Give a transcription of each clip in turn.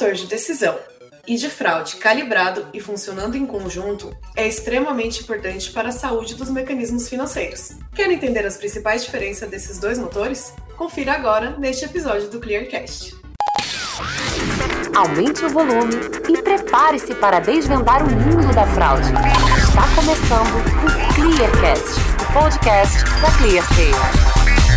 motor de decisão e de fraude calibrado e funcionando em conjunto é extremamente importante para a saúde dos mecanismos financeiros. Quer entender as principais diferenças desses dois motores? Confira agora neste episódio do Clearcast. Aumente o volume e prepare-se para desvendar o mundo da fraude. Está começando o Clearcast, o podcast da ClearSale.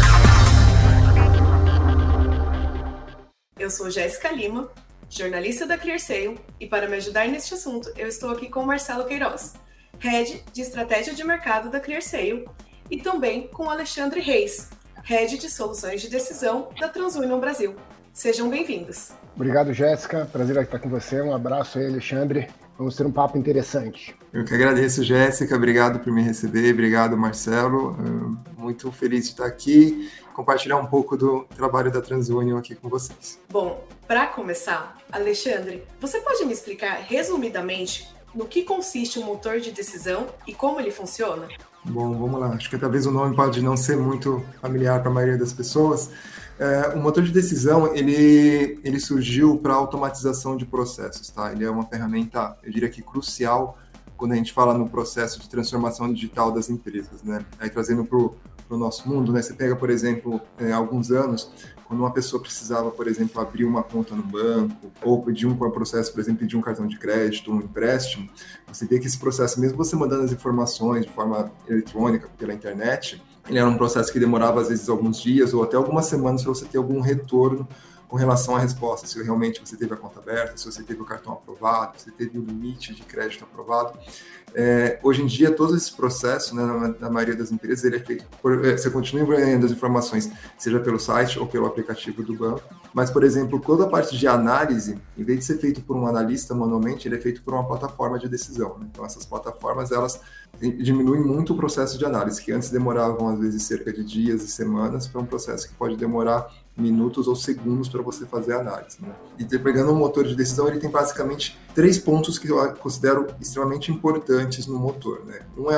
Eu sou Jéssica Lima, jornalista da ClearSale, e para me ajudar neste assunto, eu estou aqui com Marcelo Queiroz, Head de Estratégia de Mercado da ClearSale, e também com Alexandre Reis, Head de Soluções de Decisão da TransUnion Brasil. Sejam bem-vindos. Obrigado, Jéssica. Prazer estar com você. Um abraço aí, Alexandre. Vamos ter um papo interessante. Eu que agradeço, Jéssica. Obrigado por me receber. Obrigado, Marcelo. Muito feliz de estar aqui, compartilhar um pouco do trabalho da TransUnion aqui com vocês. Bom, para começar, Alexandre, você pode me explicar resumidamente no que consiste um motor de decisão e como ele funciona? Bom, vamos lá. Acho que talvez o nome pode não ser muito familiar para a maioria das pessoas. O motor de decisão, ele surgiu para automatização de processos, tá? Ele é uma ferramenta, eu diria que crucial, quando a gente fala no processo de transformação digital das empresas, né? Aí trazendo para o nosso mundo, né? Você pega, por exemplo, alguns anos, quando uma pessoa precisava, por exemplo, abrir uma conta no banco, ou pedir um processo, por exemplo, pedir um cartão de crédito, um empréstimo, você vê que esse processo, mesmo você mandando as informações de forma eletrônica, pela internet, ele era um processo que demorava, às vezes, alguns dias ou até algumas semanas para você ter algum retorno com relação à resposta, se realmente você teve a conta aberta, se você teve o cartão aprovado, se você teve o limite de crédito aprovado. Hoje em dia, todo esse processo, né, na maioria das empresas, ele é feito você continua enviando as informações, seja pelo site ou pelo aplicativo do banco, mas, por exemplo, toda a parte de análise, em vez de ser feito por um analista manualmente, ele é feito por uma plataforma de decisão, né? Então, essas plataformas, elas diminuem muito o processo de análise, que antes demoravam, às vezes, cerca de dias e semanas, para um processo que pode demorar minutos ou segundos para você fazer a análise, né? E pegando um motor de decisão, ele tem basicamente 3 pontos que eu considero extremamente importantes no motor, né? Um é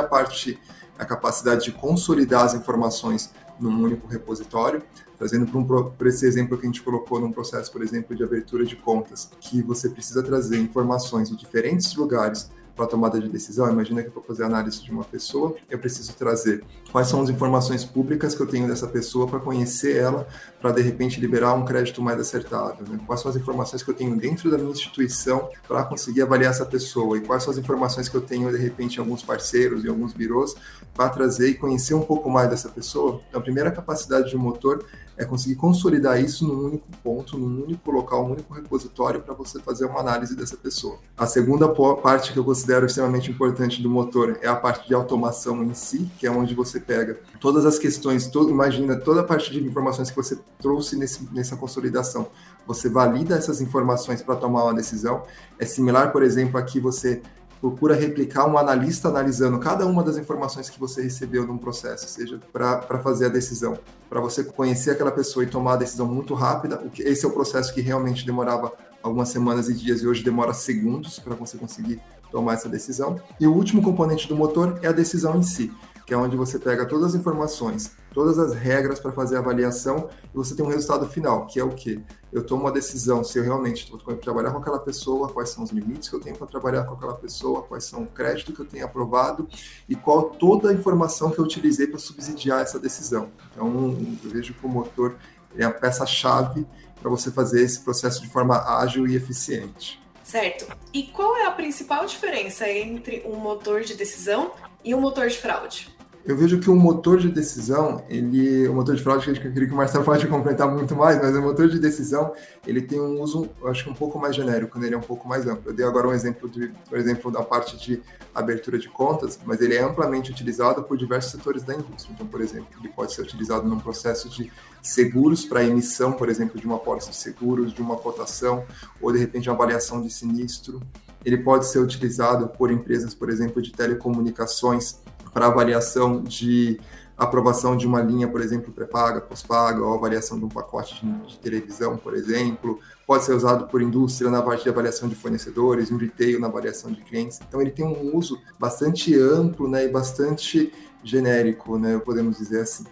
a capacidade de consolidar as informações num único repositório, trazendo por esse exemplo que a gente colocou num processo, por exemplo, de abertura de contas, que você precisa trazer informações de diferentes lugares para a tomada de decisão. Imagina que eu vou fazer análise de uma pessoa, eu preciso trazer quais são as informações públicas que eu tenho dessa pessoa para conhecer ela, para de repente liberar um crédito mais acertado, né? Quais são as informações que eu tenho dentro da minha instituição para conseguir avaliar essa pessoa, e quais são as informações que eu tenho de repente em alguns parceiros, em alguns birôs, para trazer e conhecer um pouco mais dessa pessoa. Então, a primeira capacidade de um motor é conseguir consolidar isso num único ponto, num único local, num único repositório para você fazer uma análise dessa pessoa. A segunda parte que eu considero extremamente importante do motor é a parte de automação em si, que é onde você pega todas as questões, imagina toda a parte de informações que você trouxe nessa consolidação. Você valida essas informações para tomar uma decisão. É similar, por exemplo, aqui você procura replicar um analista analisando cada uma das informações que você recebeu num processo, seja para fazer a decisão, para você conhecer aquela pessoa e tomar a decisão muito rápida. Esse é o processo que realmente demorava algumas semanas e dias e hoje demora segundos para você conseguir tomar essa decisão. E o último componente do motor é a decisão em si, que é onde você pega todas as informações, todas as regras para fazer a avaliação e você tem um resultado final, que é o quê? Eu tomo uma decisão se eu realmente estou trabalhar com aquela pessoa, quais são os limites que eu tenho para trabalhar com aquela pessoa, quais são o crédito que eu tenho aprovado e qual toda a informação que eu utilizei para subsidiar essa decisão. Então, eu vejo que o motor é a peça-chave para você fazer esse processo de forma ágil e eficiente. Certo. E qual é a principal diferença entre um motor de decisão e um motor de fraude? Eu vejo que o motor de decisão, o motor de fraude, que eu queria que o Marcelo pode completar muito mais, mas o motor de decisão, ele tem um uso, eu acho que um pouco mais genérico, quando ele é um pouco mais amplo. Eu dei agora um exemplo, por exemplo, da parte de abertura de contas, mas ele é amplamente utilizado por diversos setores da indústria. Então, por exemplo, ele pode ser utilizado num processo de seguros para emissão, por exemplo, de uma pólice de seguros, de uma cotação, ou de repente uma avaliação de sinistro. Ele pode ser utilizado por empresas, por exemplo, de telecomunicações, para avaliação de aprovação de uma linha, por exemplo, pré-paga, pós-paga, ou avaliação de um pacote de televisão, por exemplo. Pode ser usado por indústria na parte de avaliação de fornecedores, no retail, na avaliação de clientes. Então, ele tem um uso bastante amplo, né, e bastante genérico, né, podemos dizer assim.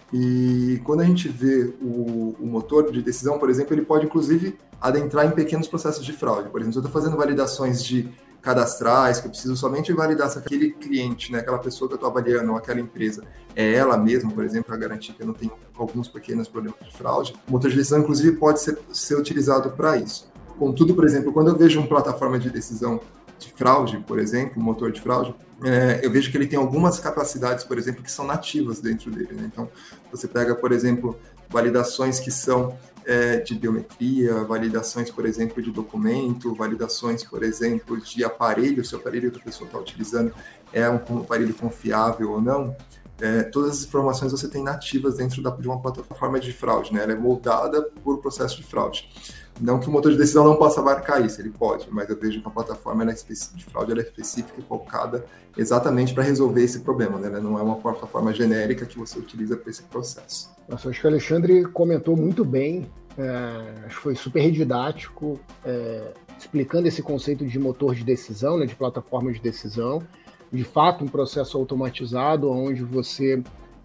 E quando a gente vê o motor de decisão, por exemplo, ele pode, inclusive, adentrar em pequenos processos de fraude. Por exemplo, se eu estou fazendo validações de cadastrais, que eu preciso somente validar se aquele cliente, né, aquela pessoa que eu estou avaliando, ou aquela empresa, é ela mesma, por exemplo, para garantir que eu não tenho alguns pequenos problemas de fraude, o motor de decisão, inclusive, pode ser utilizado para isso. Contudo, por exemplo, quando eu vejo uma plataforma de decisão de fraude, por exemplo, um motor de fraude, eu vejo que ele tem algumas capacidades, por exemplo, que são nativas dentro dele, né? Então, você pega, por exemplo, validações que são de biometria, validações, por exemplo, de documento, validações, por exemplo, de aparelho, se o aparelho que a pessoa está utilizando é um aparelho confiável ou não. Todas as informações você tem nativas dentro de uma plataforma de fraude, né? Ela é moldada por processo de fraude. Não que o motor de decisão não possa abarcar isso, ele pode, mas eu vejo que a plataforma de fraude ela é específica e focada exatamente para resolver esse problema, né? Ela não é uma plataforma genérica que você utiliza para esse processo. Nossa, acho que o Alexandre comentou muito bem, acho que foi super didático, explicando esse conceito de motor de decisão, né, de plataforma de decisão. De fato, um processo automatizado onde você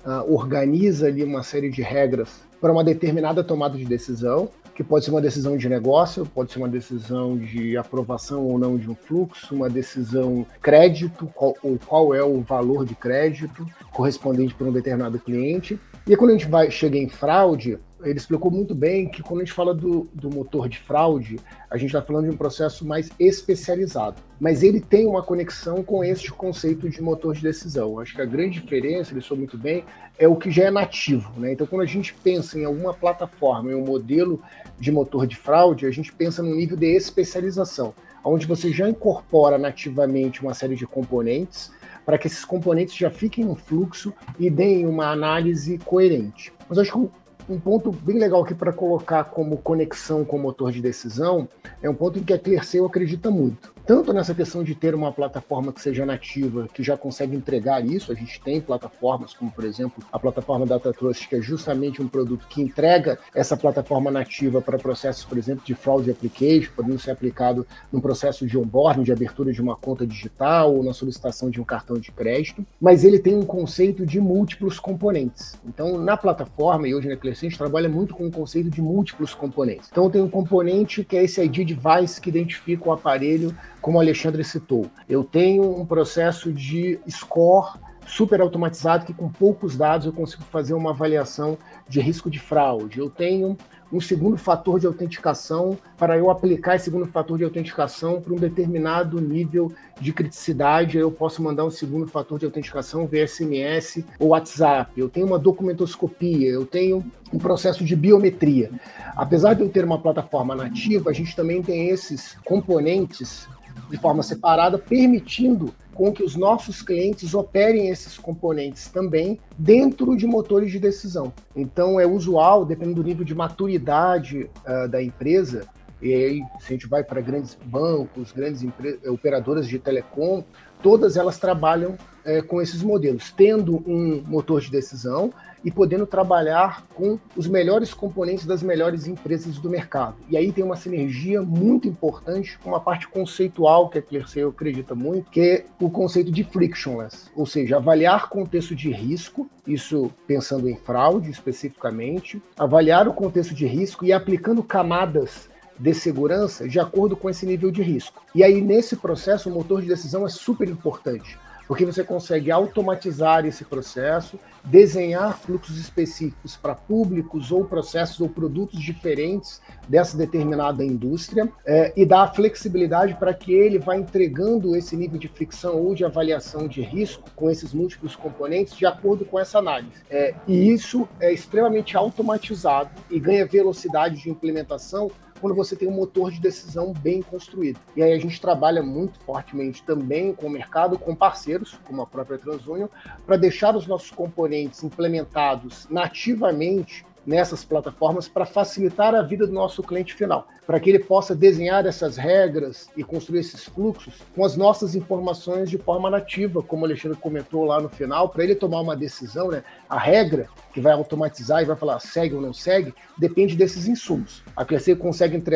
organiza ali uma série de regras para uma determinada tomada de decisão, que pode ser uma decisão de negócio, pode ser uma decisão de aprovação ou não de um fluxo, uma decisão crédito, qual é o valor de crédito correspondente para um determinado cliente. E aí, quando a gente chega em fraude, ele explicou muito bem que quando a gente fala do motor de fraude, a gente está falando de um processo mais especializado. Mas ele tem uma conexão com este conceito de motor de decisão. Acho que a grande diferença, ele falou muito bem, é o que já é nativo, né? Então, quando a gente pensa em alguma plataforma, em um modelo de motor de fraude, a gente pensa no nível de especialização, onde você já incorpora nativamente uma série de componentes, para que esses componentes já fiquem no fluxo e deem uma análise coerente. Mas acho que um ponto bem legal aqui para colocar como conexão com o motor de decisão é um ponto em que a ClearSale acredita muito. Tanto nessa questão de ter uma plataforma que seja nativa, que já consegue entregar isso, a gente tem plataformas como, por exemplo, a plataforma DataTrust, que é justamente um produto que entrega essa plataforma nativa para processos, por exemplo, de fraud application, podendo ser aplicado num processo de onboarding, de abertura de uma conta digital ou na solicitação de um cartão de crédito, mas ele tem um conceito de múltiplos componentes. Então, na plataforma, e hoje na ClearSale, a gente trabalha muito com o conceito de múltiplos componentes. Então, tem um componente que é esse ID device que identifica o aparelho, como o Alexandre citou. Eu tenho um processo de score super automatizado que com poucos dados eu consigo fazer uma avaliação de risco de fraude. Eu tenho um segundo fator de autenticação para eu aplicar esse segundo fator de autenticação para um determinado nível de criticidade. Eu posso mandar um segundo fator de autenticação via SMS ou WhatsApp. Eu tenho uma documentoscopia, eu tenho um processo de biometria. Apesar de eu ter uma plataforma nativa, a gente também tem esses componentes de forma separada, permitindo com que os nossos clientes operem esses componentes também dentro de motores de decisão. Então, é usual, dependendo do nível de maturidade da empresa, e aí, se a gente vai para grandes bancos, grandes operadoras de telecom, todas elas trabalham com esses modelos, tendo um motor de decisão e podendo trabalhar com os melhores componentes das melhores empresas do mercado. E aí tem uma sinergia muito importante com uma parte conceitual que a ClearSale acredita muito, que é o conceito de frictionless, ou seja, avaliar contexto de risco, isso pensando em fraude especificamente, avaliar o contexto de risco e aplicando camadas de segurança de acordo com esse nível de risco. E aí, nesse processo, o motor de decisão é super importante, porque você consegue automatizar esse processo, desenhar fluxos específicos para públicos ou processos ou produtos diferentes dessa determinada indústria e dar a flexibilidade para que ele vá entregando esse nível de fricção ou de avaliação de risco com esses múltiplos componentes de acordo com essa análise. E isso é extremamente automatizado e ganha velocidade de implementação quando você tem um motor de decisão bem construído. E aí a gente trabalha muito fortemente também com o mercado, com parceiros, como a própria TransUnion, para deixar os nossos componentes implementados nativamente nessas plataformas para facilitar a vida do nosso cliente final, para que ele possa desenhar essas regras e construir esses fluxos com as nossas informações de forma nativa, como o Alexandre comentou lá no final, para ele tomar uma decisão, né? A regra que vai automatizar e vai falar segue ou não segue, depende desses insumos. A ClearSale consegue entregar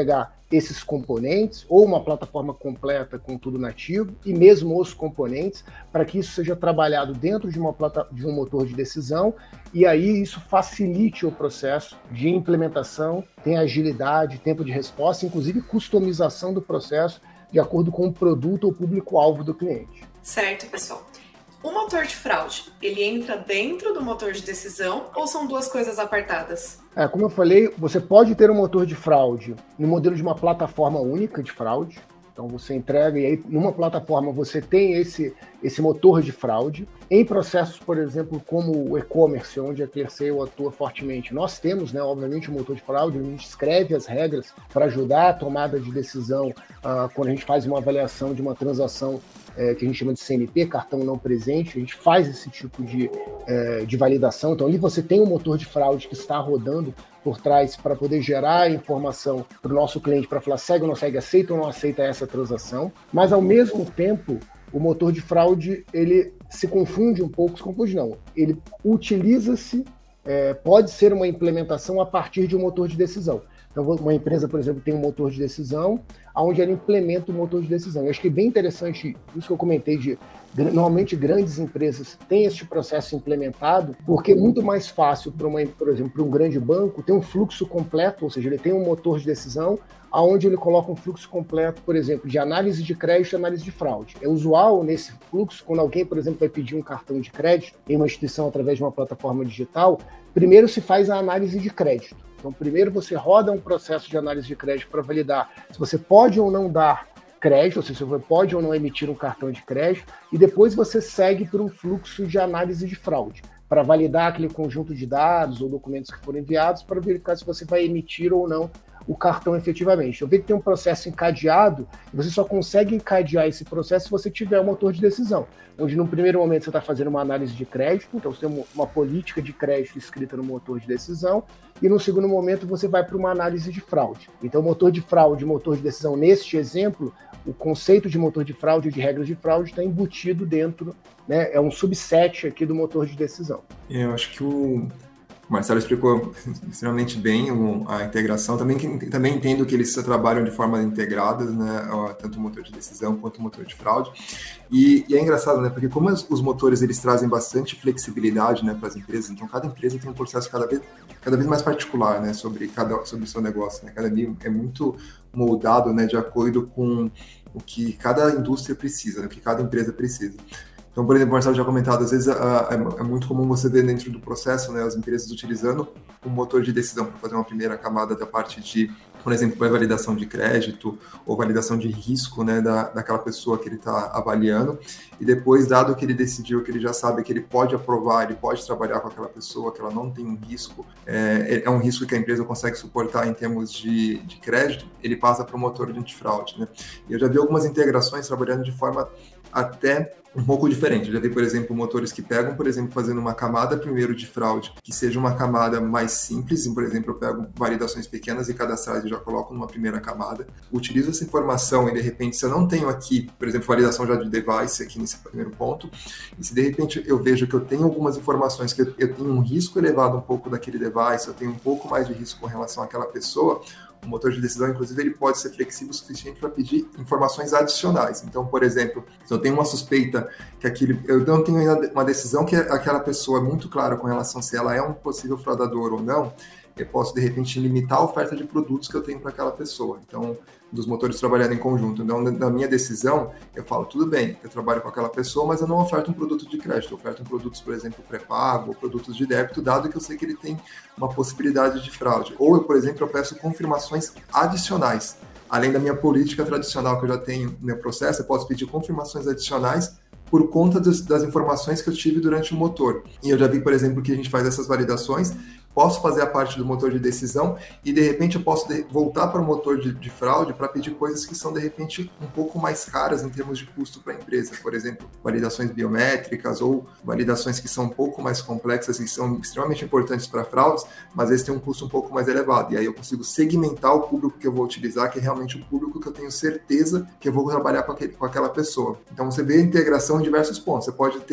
esses componentes, ou uma plataforma completa com tudo nativo, e mesmo os componentes, para que isso seja trabalhado dentro de um motor de decisão, e aí isso facilite o processo de implementação, tem agilidade, tempo de resposta, inclusive customização do processo de acordo com o produto ou público-alvo do cliente. Certo, pessoal. O motor de fraude, ele entra dentro do motor de decisão ou são duas coisas apartadas? Como eu falei, você pode ter um motor de fraude no modelo de uma plataforma única de fraude. Então você entrega e aí numa plataforma você tem esse motor de fraude. Em processos, por exemplo, como o e-commerce, onde a ClearSale atua fortemente, nós temos, obviamente, um motor de fraude, a gente escreve as regras para ajudar a tomada de decisão quando a gente faz uma avaliação de uma transação que a gente chama de CNP, cartão não presente, a gente faz esse tipo de validação. Então ali você tem um motor de fraude que está rodando por trás para poder gerar informação para o nosso cliente, para falar segue ou não segue, aceita ou não aceita essa transação, mas ao mesmo tempo o motor de fraude ele se confunde um pouco, ele utiliza-se, pode ser uma implementação a partir de um motor de decisão. Então uma empresa, por exemplo, tem um motor de decisão, onde ela implementa o motor de decisão. Eu acho que é bem interessante isso que eu comentei normalmente grandes empresas têm este processo implementado, porque é muito mais fácil por exemplo, para um grande banco ter um fluxo completo, ou seja, ele tem um motor de decisão, onde ele coloca um fluxo completo, por exemplo, de análise de crédito e análise de fraude. É usual nesse fluxo, quando alguém, por exemplo, vai pedir um cartão de crédito em uma instituição através de uma plataforma digital, primeiro se faz a análise de crédito. Então, primeiro você roda um processo de análise de crédito para validar se você pode ou não dar crédito, ou seja, se você pode ou não emitir um cartão de crédito, e depois você segue por um fluxo de análise de fraude, para validar aquele conjunto de dados ou documentos que foram enviados, para verificar se você vai emitir ou não o cartão efetivamente. Eu vejo que tem um processo encadeado, e você só consegue encadear esse processo se você tiver um motor de decisão, onde no primeiro momento você está fazendo uma análise de crédito, então você tem uma política de crédito escrita no motor de decisão, e no segundo momento você vai para uma análise de fraude. Então, motor de fraude e motor de decisão, neste exemplo, o conceito de motor de fraude e de regras de fraude está embutido dentro, é um subset aqui do motor de decisão. Eu acho que o Marcelo explicou extremamente bem a integração. Também entendo que eles trabalham de forma integradas, tanto o motor de decisão quanto o motor de fraude. E é engraçado, porque como os motores eles trazem bastante flexibilidade, para as empresas, então cada empresa tem um processo cada vez mais particular, sobre o seu negócio. Cada dia é muito moldado, de acordo com o que cada indústria precisa, o que cada empresa precisa. Então, por exemplo, o Marcelo já comentado, às vezes é muito comum você ver dentro do processo, as empresas utilizando um motor de decisão para fazer uma primeira camada da parte de, por exemplo, a validação de crédito ou validação de risco, daquela pessoa que ele está avaliando, e depois, dado que ele decidiu, que ele já sabe que ele pode aprovar, ele pode trabalhar com aquela pessoa, que ela não tem um risco, é um risco que a empresa consegue suportar em termos de crédito, ele passa para o motor de antifraude. E eu já vi algumas integrações trabalhando de forma até um pouco diferente. Eu já vi, por exemplo, motores que pegam, por exemplo, fazendo uma camada primeiro de fraude, que seja uma camada mais simples, por exemplo, eu pego validações pequenas e cadastrais e já coloco numa primeira camada, utilizo essa informação e, de repente, se eu não tenho aqui, por exemplo, validação já de device aqui nesse primeiro ponto, e se, de repente, eu vejo que eu tenho algumas informações que eu tenho um risco elevado um pouco daquele device, eu tenho um pouco mais de risco com relação àquela pessoa, o motor de decisão, inclusive, ele pode ser flexível o suficiente para pedir informações adicionais. Então, por exemplo, se eu tenho uma suspeita que eu não tenho ainda uma decisão que aquela pessoa é muito clara com relação se ela é um possível fraudador ou não, eu posso, de repente, limitar a oferta de produtos que eu tenho para aquela pessoa. Então, dos motores trabalhando em conjunto. Então, na minha decisão, eu falo, tudo bem, eu trabalho com aquela pessoa, mas eu não oferto um produto de crédito, eu oferto produtos, por exemplo, pré-pago, ou produtos de débito, dado que eu sei que ele tem uma possibilidade de fraude. Ou, eu, por exemplo, eu peço confirmações adicionais. Além da minha política tradicional que eu já tenho no meu processo, eu posso pedir confirmações adicionais por conta das informações que eu tive durante o motor. E eu já vi, por exemplo, que a gente faz essas validações, posso fazer a parte do motor de decisão e, de repente, eu posso voltar para o motor de fraude para pedir coisas que são, de repente, um pouco mais caras em termos de custo para a empresa. Por exemplo, validações biométricas ou validações que são um pouco mais complexas e são extremamente importantes para fraudes, mas eles têm um custo um pouco mais elevado. E aí eu consigo segmentar o público que eu vou utilizar, que é realmente o público que eu tenho certeza que eu vou trabalhar com aquela pessoa. Então, você vê a integração em diversos pontos. Você pode ter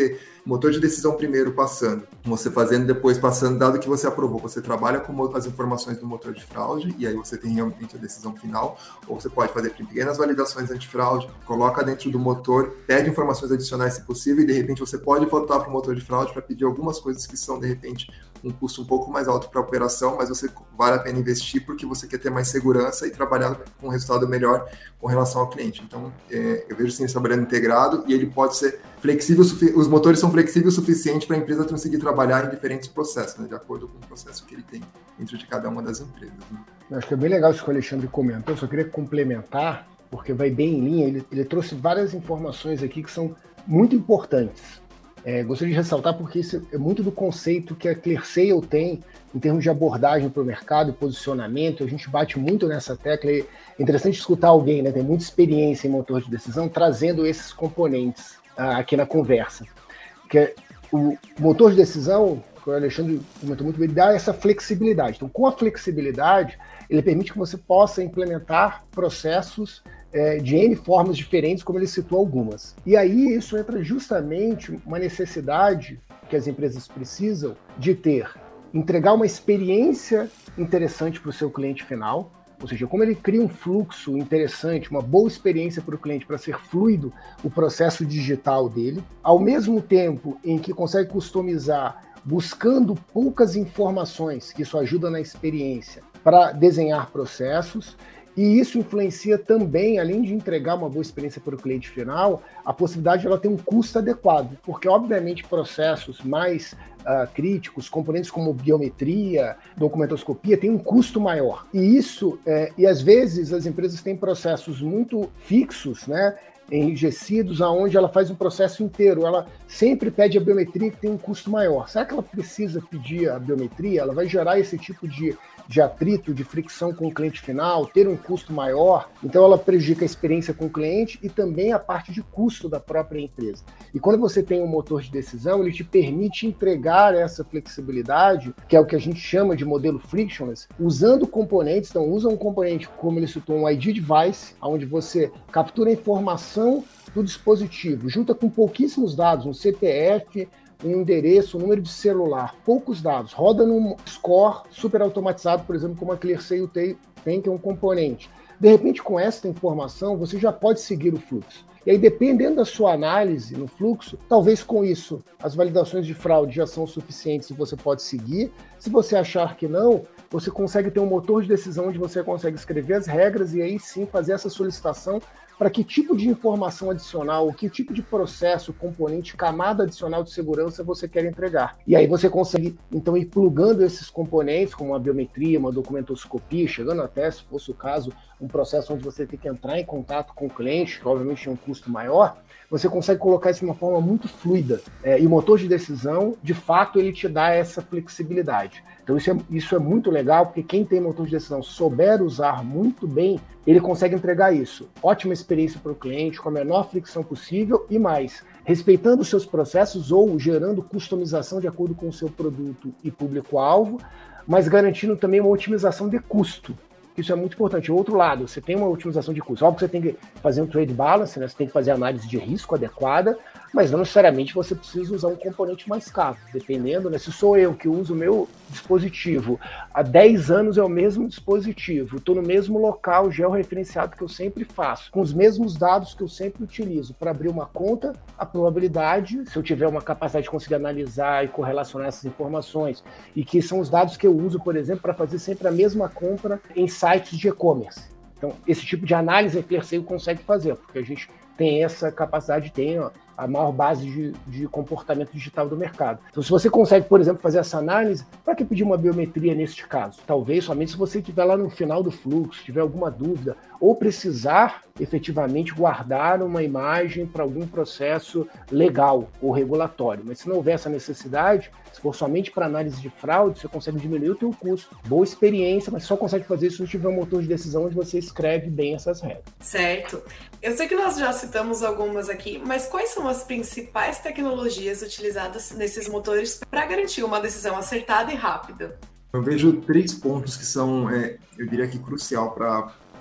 motor de decisão primeiro passando, você fazendo, depois passando, dado que você aprovou, você trabalha com as informações do motor de fraude, e aí você tem realmente a decisão final, ou você pode fazer pequenas validações antifraude, coloca dentro do motor, pede informações adicionais se possível, e de repente você pode voltar para o motor de fraude para pedir algumas coisas que são, de repente, um custo um pouco mais alto para a operação, mas você vale a pena investir porque você quer ter mais segurança e trabalhar com um resultado melhor com relação ao cliente. Então, eu vejo sim trabalhando integrado, e ele pode ser flexível, os motores são flexíveis o suficiente para a empresa conseguir trabalhar em diferentes processos, né, de acordo com o processo que ele tem dentro de cada uma das empresas. Né? Eu acho que é bem legal isso que o Alexandre comentou, eu só queria complementar, porque vai bem em linha, ele trouxe várias informações aqui que são muito importantes. Gostaria de ressaltar porque isso é muito do conceito que a ClearSale tem em termos de abordagem para o mercado e posicionamento. A gente bate muito nessa tecla. É interessante escutar alguém, né, tem muita experiência em motor de decisão, trazendo esses componentes aqui na conversa. Que o motor de decisão, que o Alexandre comentou muito bem, ele dá essa flexibilidade. Então, com a flexibilidade, ele permite que você possa implementar processos de N formas diferentes, como ele citou algumas. E aí isso entra justamente uma necessidade que as empresas precisam de entregar uma experiência interessante para o seu cliente final, ou seja, como ele cria um fluxo interessante, uma boa experiência para o cliente, para ser fluido o processo digital dele, ao mesmo tempo em que consegue customizar, buscando poucas informações, que isso ajuda na experiência, para desenhar processos. E isso influencia também, além de entregar uma boa experiência para o cliente final, a possibilidade de ela ter um custo adequado, porque obviamente processos mais críticos, componentes como biometria, documentoscopia, têm um custo maior. E isso, e às vezes as empresas têm processos muito fixos, né, enrijecidos, aonde ela faz um processo inteiro, ela sempre pede a biometria que tem um custo maior. Será que ela precisa pedir a biometria? Ela vai gerar esse tipo de atrito, de fricção com o cliente final, ter um custo maior, então ela prejudica a experiência com o cliente e também a parte de custo da própria empresa. E quando você tem um motor de decisão, ele te permite entregar essa flexibilidade, que é o que a gente chama de modelo frictionless, usando componentes. Então usa um componente, como ele citou, um ID device, onde você captura a informação do dispositivo, junta com pouquíssimos dados, um CPF, um endereço, um número de celular, poucos dados, roda num score super automatizado, por exemplo, como a ClearSale tem, que é um componente. De repente, com essa informação, você já pode seguir o fluxo. E aí, dependendo da sua análise no fluxo, talvez com isso as validações de fraude já são suficientes e você pode seguir. Se você achar que não, você consegue ter um motor de decisão onde você consegue escrever as regras e aí sim fazer essa solicitação para que tipo de informação adicional, que tipo de processo, componente, camada adicional de segurança você quer entregar. E aí você consegue, então, ir plugando esses componentes, como uma biometria, uma documentoscopia, chegando até, se fosse o caso, um processo onde você tem que entrar em contato com o cliente, que obviamente tem um custo maior, você consegue colocar isso de uma forma muito fluida. E o motor de decisão, de fato, ele te dá essa flexibilidade. Então isso é muito legal, porque quem tem motor de decisão souber usar muito bem, ele consegue entregar isso. Ótima experiência para o cliente, com a menor fricção possível e mais, respeitando os seus processos ou gerando customização de acordo com o seu produto e público-alvo, mas garantindo também uma otimização de custo. Isso é muito importante. O outro lado, você tem uma otimização de custo. Óbvio que você tem que fazer um trade balance, né? Você tem que fazer análise de risco adequada, mas não necessariamente você precisa usar um componente mais caro, dependendo, né? Se sou eu que uso o meu dispositivo há 10 anos, é o mesmo dispositivo, estou no mesmo local georreferenciado que eu sempre faço, com os mesmos dados que eu sempre utilizo para abrir uma conta, a probabilidade, se eu tiver uma capacidade de conseguir analisar e correlacionar essas informações, e que são os dados que eu uso, por exemplo, para fazer sempre a mesma compra em sites de e-commerce. Então, esse tipo de análise a ClearSale consegue fazer, porque a gente tem essa capacidade, tem a maior base de comportamento digital do mercado. Então, se você consegue, por exemplo, fazer essa análise, para que pedir uma biometria neste caso? Talvez somente se você estiver lá no final do fluxo, tiver alguma dúvida, ou precisar efetivamente guardar uma imagem para algum processo legal ou regulatório. Mas se não houver essa necessidade, se for somente para análise de fraude, você consegue diminuir o seu custo. Boa experiência, mas só consegue fazer isso se tiver um motor de decisão onde você escreve bem essas regras. Certo. Eu sei que nós já citamos algumas aqui, mas quais são as principais tecnologias utilizadas nesses motores para garantir uma decisão acertada e rápida? Eu vejo 3 pontos que são, eu diria que crucial para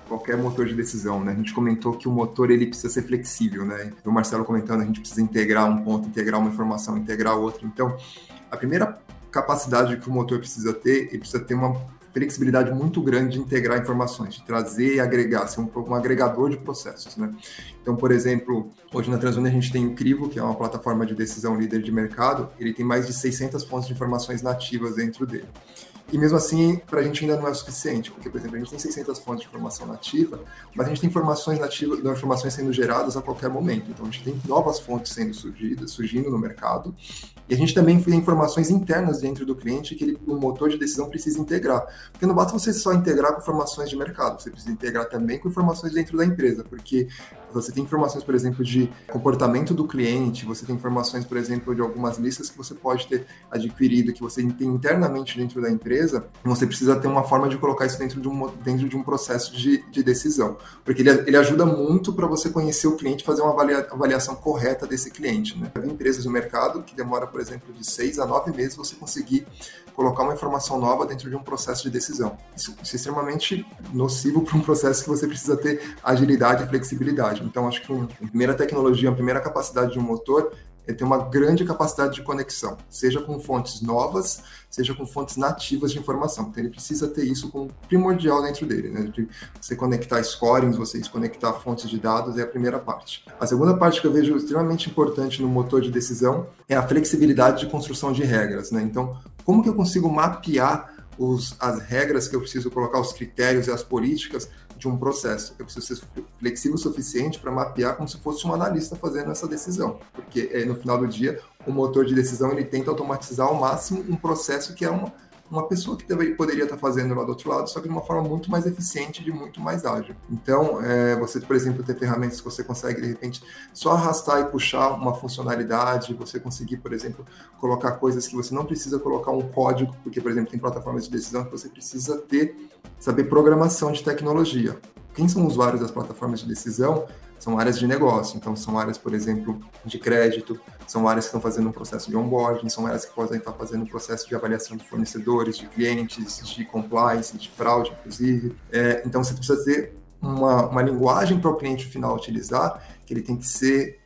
qualquer motor de decisão, né? A gente comentou que o motor ele precisa ser flexível, né? O Marcelo comentando, a gente precisa integrar um ponto, integrar uma informação, integrar outra. Então, a primeira capacidade que o motor precisa ter, ele precisa ter uma flexibilidade muito grande de integrar informações, de trazer e agregar, ser um agregador de processos, né? Então, por exemplo, hoje na TransUni a gente tem o Crivo, que é uma plataforma de decisão líder de mercado, ele tem mais de 600 fontes de informações nativas dentro dele. E mesmo assim, para a gente ainda não é o suficiente, porque, por exemplo, a gente tem 600 fontes de informação nativa, mas a gente tem informações nativas, informações sendo geradas a qualquer momento. Então, a gente tem novas fontes sendo surgindo no mercado, e a gente também tem informações internas dentro do cliente que o motor de decisão precisa integrar. Porque não basta você só integrar com informações de mercado, você precisa integrar também com informações dentro da empresa, porque você tem informações, por exemplo, de comportamento do cliente, você tem informações, por exemplo, de algumas listas que você pode ter adquirido, que você tem internamente dentro da empresa, você precisa ter uma forma de colocar isso dentro de um processo de decisão. Porque ele ajuda muito para você conhecer o cliente, fazer uma avaliação correta desse cliente, né? Tem empresas no mercado que demora, por exemplo, de 6 a 9 meses você conseguir colocar uma informação nova dentro de um processo de decisão. Isso é extremamente nocivo para um processo que você precisa ter agilidade e flexibilidade. Então, acho que a primeira tecnologia, a primeira capacidade de um motor é ter uma grande capacidade de conexão, seja com fontes novas, seja com fontes nativas de informação. Então, ele precisa ter isso como primordial dentro dele, né? De você conectar scorings, você conectar fontes de dados é a primeira parte. A segunda parte que eu vejo extremamente importante no motor de decisão é a flexibilidade de construção de regras, né? Então, como que eu consigo mapear as regras que eu preciso colocar, os critérios e as políticas de um processo? Eu preciso ser flexível o suficiente para mapear como se fosse um analista fazendo essa decisão, porque no final do dia o motor de decisão ele tenta automatizar ao máximo um processo que é uma pessoa que poderia estar fazendo lá do outro lado, só que de uma forma muito mais eficiente e de muito mais ágil. Então, você, por exemplo, ter ferramentas que você consegue, de repente, só arrastar e puxar uma funcionalidade, você conseguir, por exemplo, colocar coisas que você não precisa colocar um código, porque, por exemplo, tem plataformas de decisão que você precisa saber programação de tecnologia. Quem são usuários das plataformas de decisão? São áreas de negócio, então são áreas, por exemplo, de crédito, são áreas que estão fazendo um processo de onboarding, são áreas que podem estar fazendo um processo de avaliação de fornecedores, de clientes, de compliance, de fraude, inclusive. Então, você precisa ter uma linguagem para o cliente final utilizar, que ele tem que ser...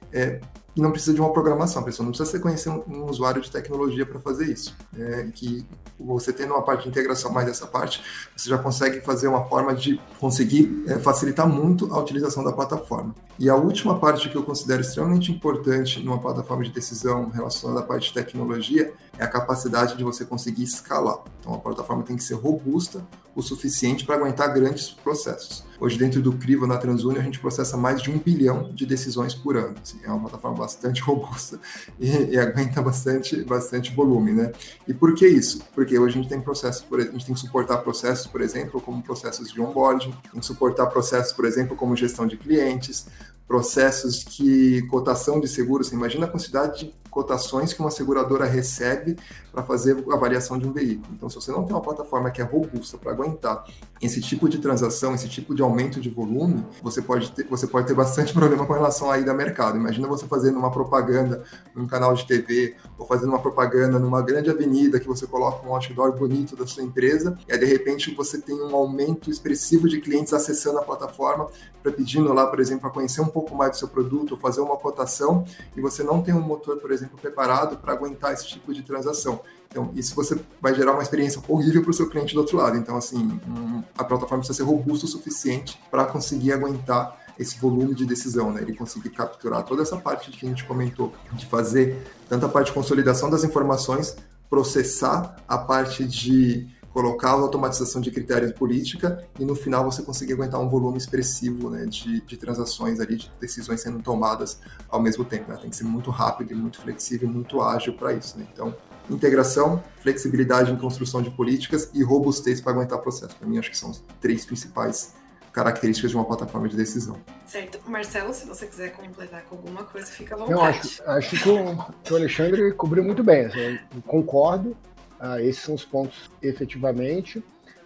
E não precisa de uma programação, a pessoa não precisa conhecer um usuário de tecnologia para fazer isso. Que você tendo uma parte de integração mais dessa parte, você já consegue fazer uma forma de conseguir facilitar muito a utilização da plataforma. E a última parte que eu considero extremamente importante numa plataforma de decisão relacionada à parte de tecnologia é a capacidade de você conseguir escalar. Então, a plataforma tem que ser robusta o suficiente para aguentar grandes processos. Hoje, dentro do Crivo, na TransUni, a gente processa mais de 1 bilhão de decisões por ano. Assim, é uma plataforma bastante robusta e aguenta bastante volume, né? E por que isso? Porque hoje a gente tem a gente tem que suportar processos, por exemplo, como processos de onboarding, tem que suportar processos, por exemplo, como gestão de clientes, processos de cotação de seguros. Você imagina a quantidade de cotações que uma seguradora recebe para fazer a avaliação de um veículo. Então, se você não tem uma plataforma que é robusta para aguentar esse tipo de transação, esse tipo de aumento de volume, você pode ter bastante problema com relação à ida ao mercado. Imagina você fazendo uma propaganda num canal de TV ou fazendo uma propaganda numa grande avenida que você coloca um outdoor bonito da sua empresa e aí, de repente, você tem um aumento expressivo de clientes acessando a plataforma pedindo lá, por exemplo, para conhecer um pouco mais do seu produto ou fazer uma cotação e você não tem um motor, por exemplo, preparado para aguentar esse tipo de transação. Então, isso você vai gerar uma experiência horrível para o seu cliente do outro lado. Então, assim, a plataforma precisa ser robusta o suficiente para conseguir aguentar esse volume de decisão, né? Ele conseguir capturar toda essa parte que a gente comentou, de fazer tanto a parte de consolidação das informações, processar a parte de colocar a automatização de critérios de política e no final você conseguir aguentar um volume expressivo, né, de transações ali, de decisões sendo tomadas ao mesmo tempo, né? Tem que ser muito rápido e muito flexível e muito ágil para isso, né? Então, integração, flexibilidade em construção de políticas e robustez para aguentar o processo. Para mim, acho que são as 3 principais características de uma plataforma de decisão. Certo. Marcelo, se você quiser completar com alguma coisa, fica à vontade. Não, acho que o Alexandre cobriu muito bem. Assim, eu concordo. Esses são os pontos, efetivamente.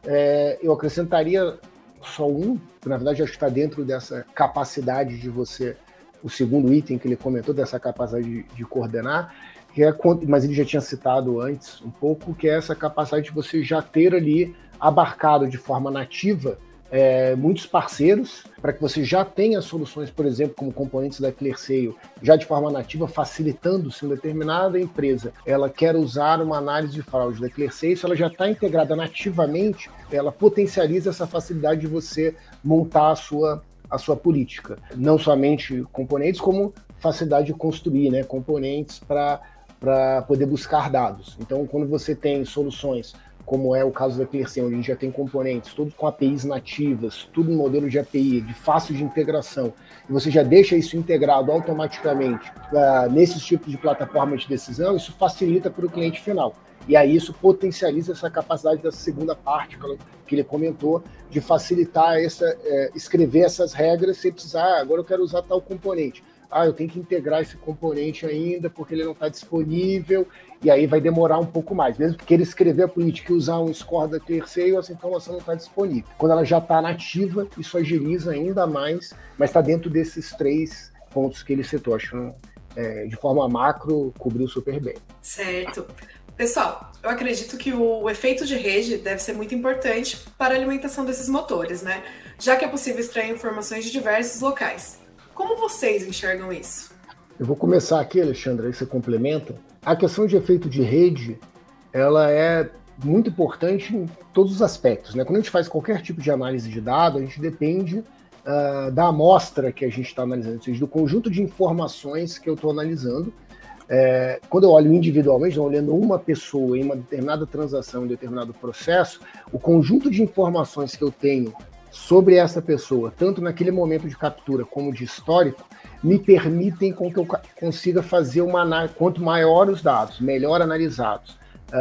Eu acrescentaria só que na verdade acho que está dentro dessa capacidade de você, o segundo item que ele comentou, dessa capacidade de coordenar, mas ele já tinha citado antes um pouco, que é essa capacidade de você já ter ali abarcado de forma nativa muitos parceiros para que você já tenha soluções, por exemplo, como componentes da ClearSale, já de forma nativa, facilitando se uma determinada empresa ela quer usar uma análise de fraude da ClearSale, se ela já está integrada nativamente, ela potencializa essa facilidade de você montar a sua política. Não somente componentes, como facilidade de construir, né, componentes para poder buscar dados. Então, quando você tem soluções, como é o caso da ClearSale, onde a gente já tem componentes, todos com APIs nativas, tudo no modelo de API, de fácil de integração, e você já deixa isso integrado automaticamente nesses tipos de plataforma de decisão, isso facilita para o cliente final. E aí isso potencializa essa capacidade da segunda parte que ele comentou, de facilitar escrever essas regras sem precisar, agora eu quero usar tal componente. Eu tenho que integrar esse componente ainda porque ele não está disponível, e aí vai demorar um pouco mais. Mesmo que ele escrever a política e usar um score da ClearSale, essa informação não está disponível. Quando ela já está nativa, isso agiliza ainda mais, mas está dentro desses 3 pontos que ele citou. Acho que de forma macro cobriu super bem. Certo. Pessoal, eu acredito que o efeito de rede deve ser muito importante para a alimentação desses motores, né? Já que é possível extrair informações de diversos locais. Como vocês enxergam isso? Eu vou começar aqui, Alexandre, aí você complementa. A questão de efeito de rede, ela é muito importante em todos os aspectos, né? Quando a gente faz qualquer tipo de análise de dado, a gente depende da amostra que a gente está analisando, ou seja, do conjunto de informações que eu estou analisando. Quando eu olho individualmente, olhando uma pessoa em uma determinada transação, em um determinado processo, o conjunto de informações que eu tenho sobre essa pessoa, tanto naquele momento de captura como de histórico, me permitem com que eu consiga fazer uma análise. Quanto maior os dados, melhor analisados,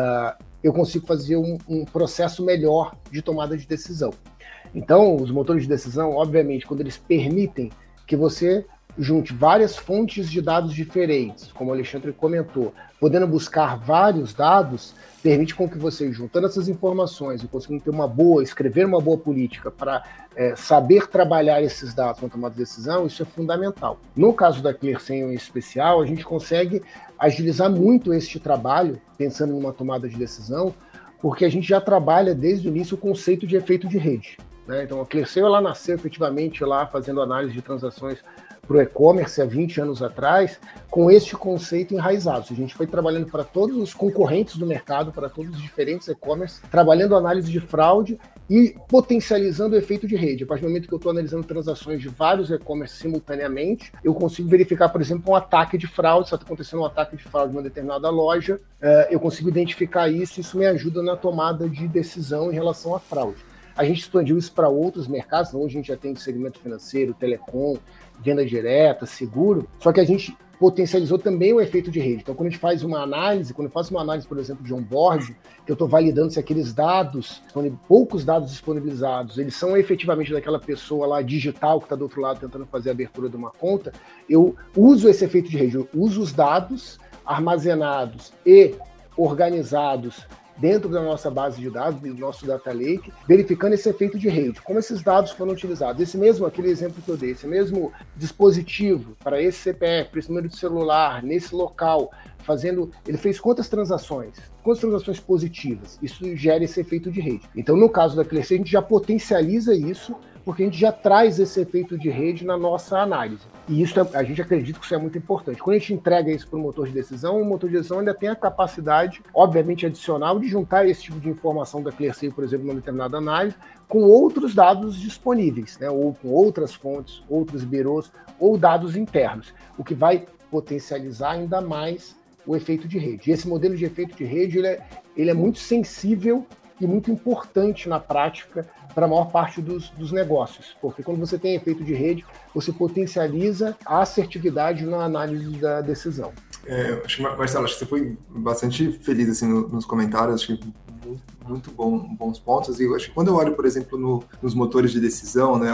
eu consigo fazer um processo melhor de tomada de decisão. Então, os motores de decisão, obviamente, quando eles permitem que você junte várias fontes de dados diferentes, como o Alexandre comentou, podendo buscar vários dados, permite com que você, juntando essas informações e conseguindo escrever uma boa política para saber trabalhar esses dados na tomada de decisão, isso é fundamental. No caso da ClearSale em especial, a gente consegue agilizar muito este trabalho, pensando numa tomada de decisão, porque a gente já trabalha desde o início o conceito de efeito de rede, né? Então a ClearSale ela nasceu efetivamente lá fazendo análise de transações para o e-commerce há 20 anos atrás, com este conceito enraizado. A gente foi trabalhando para todos os concorrentes do mercado, para todos os diferentes e-commerce, trabalhando análise de fraude e potencializando o efeito de rede. A partir do momento que eu estou analisando transações de vários e-commerce simultaneamente, eu consigo verificar, por exemplo, um ataque de fraude. Se está acontecendo um ataque de fraude em uma determinada loja, eu consigo identificar isso me ajuda na tomada de decisão em relação à fraude. A gente expandiu isso para outros mercados, hoje a gente já tem segmento financeiro, telecom, venda direta, seguro, só que a gente potencializou também o efeito de rede. Então, quando a gente faz uma análise, quando eu faço uma análise, por exemplo, de onboard, que eu estou validando se aqueles dados, poucos dados disponibilizados, eles são efetivamente daquela pessoa lá digital que está do outro lado tentando fazer a abertura de uma conta, eu uso esse efeito de rede, eu uso os dados armazenados e organizados dentro da nossa base de dados, do nosso data lake, verificando esse efeito de rede, como esses dados foram utilizados. Aquele exemplo que eu dei, esse mesmo dispositivo para esse CPF, para esse número de celular, nesse local, ele fez quantas transações positivas? Isso gera esse efeito de rede. Então, no caso da ClearSale, a gente já potencializa isso, porque a gente já traz esse efeito de rede na nossa análise. E isso a gente acredita que isso é muito importante. Quando a gente entrega isso para o motor de decisão, o motor de decisão ainda tem a capacidade, obviamente adicional, de juntar esse tipo de informação da ClearSale, por exemplo, numa determinada análise, com outros dados disponíveis, né? Ou com outras fontes, outros birôs, ou dados internos, o que vai potencializar ainda mais o efeito de rede. E esse modelo de efeito de rede ele é muito sensível e muito importante na prática para a maior parte dos negócios, porque quando você tem efeito de rede, você potencializa a assertividade na análise da decisão. Marcelo, acho que você foi bastante feliz assim, nos comentários, acho que muito bons pontos, e acho que quando eu olho, por exemplo, nos motores de decisão, né,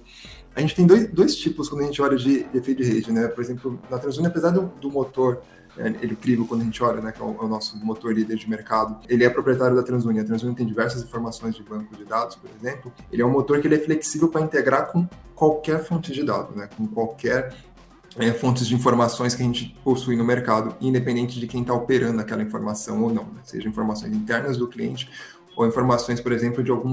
a gente tem dois tipos quando a gente olha de efeito de rede, né? Por exemplo, na TransUnion, apesar do motor ele incrível quando a gente olha, né, que é o nosso motor líder de mercado, ele é proprietário da TransUnion. A TransUnion tem diversas informações de banco de dados, por exemplo. Ele é um motor que ele é flexível para integrar com qualquer fonte de dados, né, com qualquer fontes de informações que a gente possui no mercado, independente de quem está operando aquela informação ou não, né, seja informações internas do cliente ou informações, por exemplo, de algum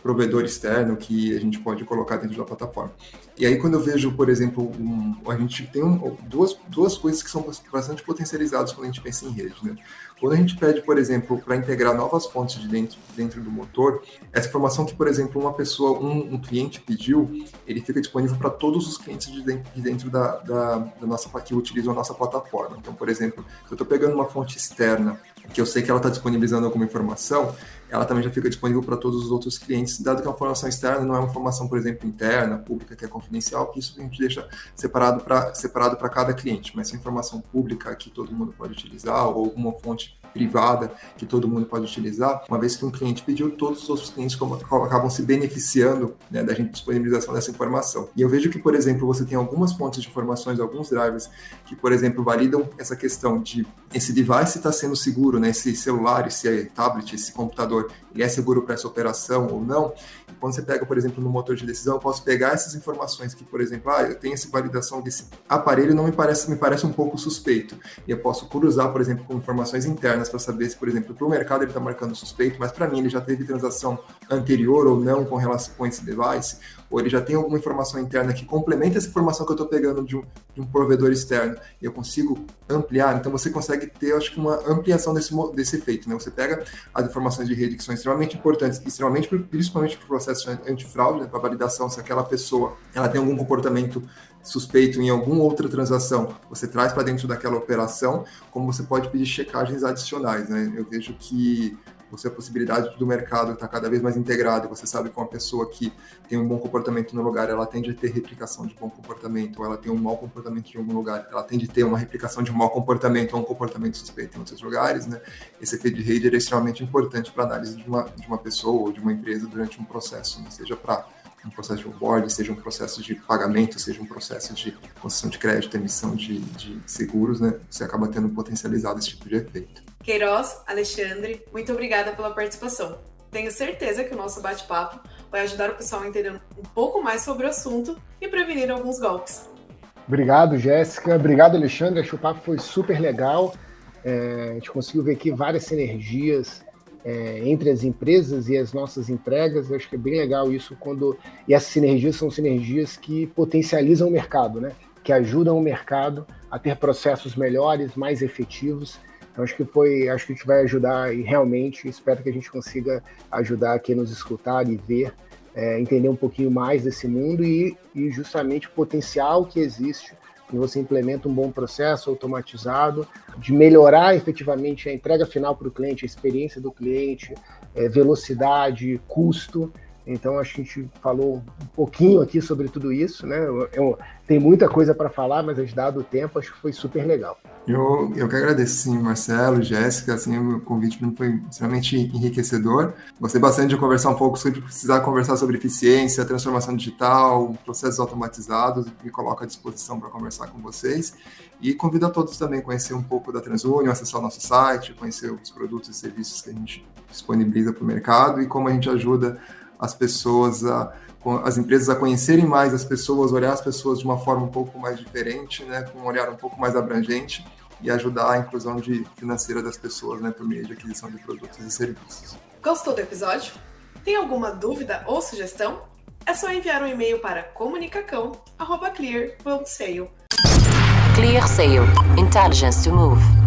provedor externo que a gente pode colocar dentro da plataforma. E aí, quando eu vejo, por exemplo, a gente tem duas coisas que são bastante potencializadas quando a gente pensa em rede, né? Quando a gente pede, por exemplo, para integrar novas fontes dentro do motor, essa informação que, por exemplo, uma pessoa, um cliente pediu, ele fica disponível para todos os clientes de dentro da nossa, que utilizam a nossa plataforma. Então, por exemplo, se eu estou pegando uma fonte externa, que eu sei que ela está disponibilizando alguma informação, ela também já fica disponível para todos os outros clientes, dado que a informação externa não é uma informação, por exemplo, interna, pública, que é confidencial, que isso a gente deixa separado para cada cliente. Mas se é informação pública que todo mundo pode utilizar, ou alguma fonte privada que todo mundo pode utilizar, uma vez que um cliente pediu, todos os outros clientes acabam se beneficiando, né, da disponibilização dessa informação. E eu vejo que, por exemplo, você tem algumas fontes de informações, alguns drivers que, por exemplo, validam essa questão de esse device está sendo seguro, né, esse celular, esse tablet, esse computador, ele é seguro para essa operação ou não. E quando você pega, por exemplo, no motor de decisão, eu posso pegar essas informações que, por exemplo, eu tenho essa validação desse aparelho, não me parece um pouco suspeito. E eu posso cruzar, por exemplo, com informações internas para saber se, por exemplo, para o mercado ele está marcando suspeito, mas para mim ele já teve transação anterior ou não com relação com esse device, ou ele já tem alguma informação interna que complementa essa informação que eu estou pegando de um provedor externo, e eu consigo ampliar. Então você consegue ter, eu acho que, uma ampliação desse efeito, né? Você pega as informações de rede que são extremamente importantes, principalmente para o processo antifraude, né? Para validação se aquela pessoa ela tem algum comportamento suspeito em alguma outra transação, você traz para dentro daquela operação, como você pode pedir checagens adicionais, né? Eu vejo que a possibilidade do mercado estar cada vez mais integrado, e você sabe que uma pessoa que tem um bom comportamento no lugar, ela tende a ter replicação de bom comportamento, ou ela tem um mau comportamento em algum lugar, ela tende a ter uma replicação de um mau comportamento ou um comportamento suspeito em outros lugares, né? Esse efeito de rede é extremamente importante para a análise de uma pessoa ou de uma empresa durante um processo, né? Seja para um processo de onboarding, seja um processo de pagamento, seja um processo de concessão de crédito, emissão de seguros, né? Você acaba tendo potencializado esse tipo de efeito. Queiroz, Alexandre, muito obrigada pela participação. Tenho certeza que o nosso bate-papo vai ajudar o pessoal a entender um pouco mais sobre o assunto e prevenir alguns golpes. Obrigado, Jéssica. Obrigado, Alexandre. Acho que o papo foi super legal. A gente conseguiu ver aqui várias sinergias entre as empresas e as nossas entregas. Eu acho que é bem legal isso e essas sinergias são sinergias que potencializam o mercado, né? Que ajudam o mercado a ter processos melhores, mais efetivos. Então, acho que a gente vai ajudar, e realmente espero que a gente consiga ajudar quem nos escutar e ver, entender um pouquinho mais desse mundo e justamente o potencial que existe quando você implementa um bom processo automatizado, de melhorar efetivamente a entrega final para o cliente, a experiência do cliente, velocidade, custo. Então, acho que a gente falou um pouquinho aqui sobre tudo isso, né? Tem muita coisa para falar, mas dado o tempo, acho que foi super legal. Eu que agradeço, sim, Marcelo, Jéssica, assim, o convite para mim foi extremamente enriquecedor. Gostei bastante de conversar um pouco, sempre precisar conversar sobre eficiência, transformação digital, processos automatizados, me coloco à disposição para conversar com vocês. E convido a todos também a conhecer um pouco da TransUnion, acessar o nosso site, conhecer os produtos e serviços que a gente disponibiliza para o mercado e como a gente ajuda as pessoas, as empresas a conhecerem mais as pessoas, olhar as pessoas de uma forma um pouco mais diferente, né, com um olhar um pouco mais abrangente e ajudar a inclusão financeira das pessoas, né, por meio de aquisição de produtos e serviços. Gostou do episódio? Tem alguma dúvida ou sugestão? É só enviar um e-mail para comunicacão@clear.sale. ClearSale. Intelligence to move.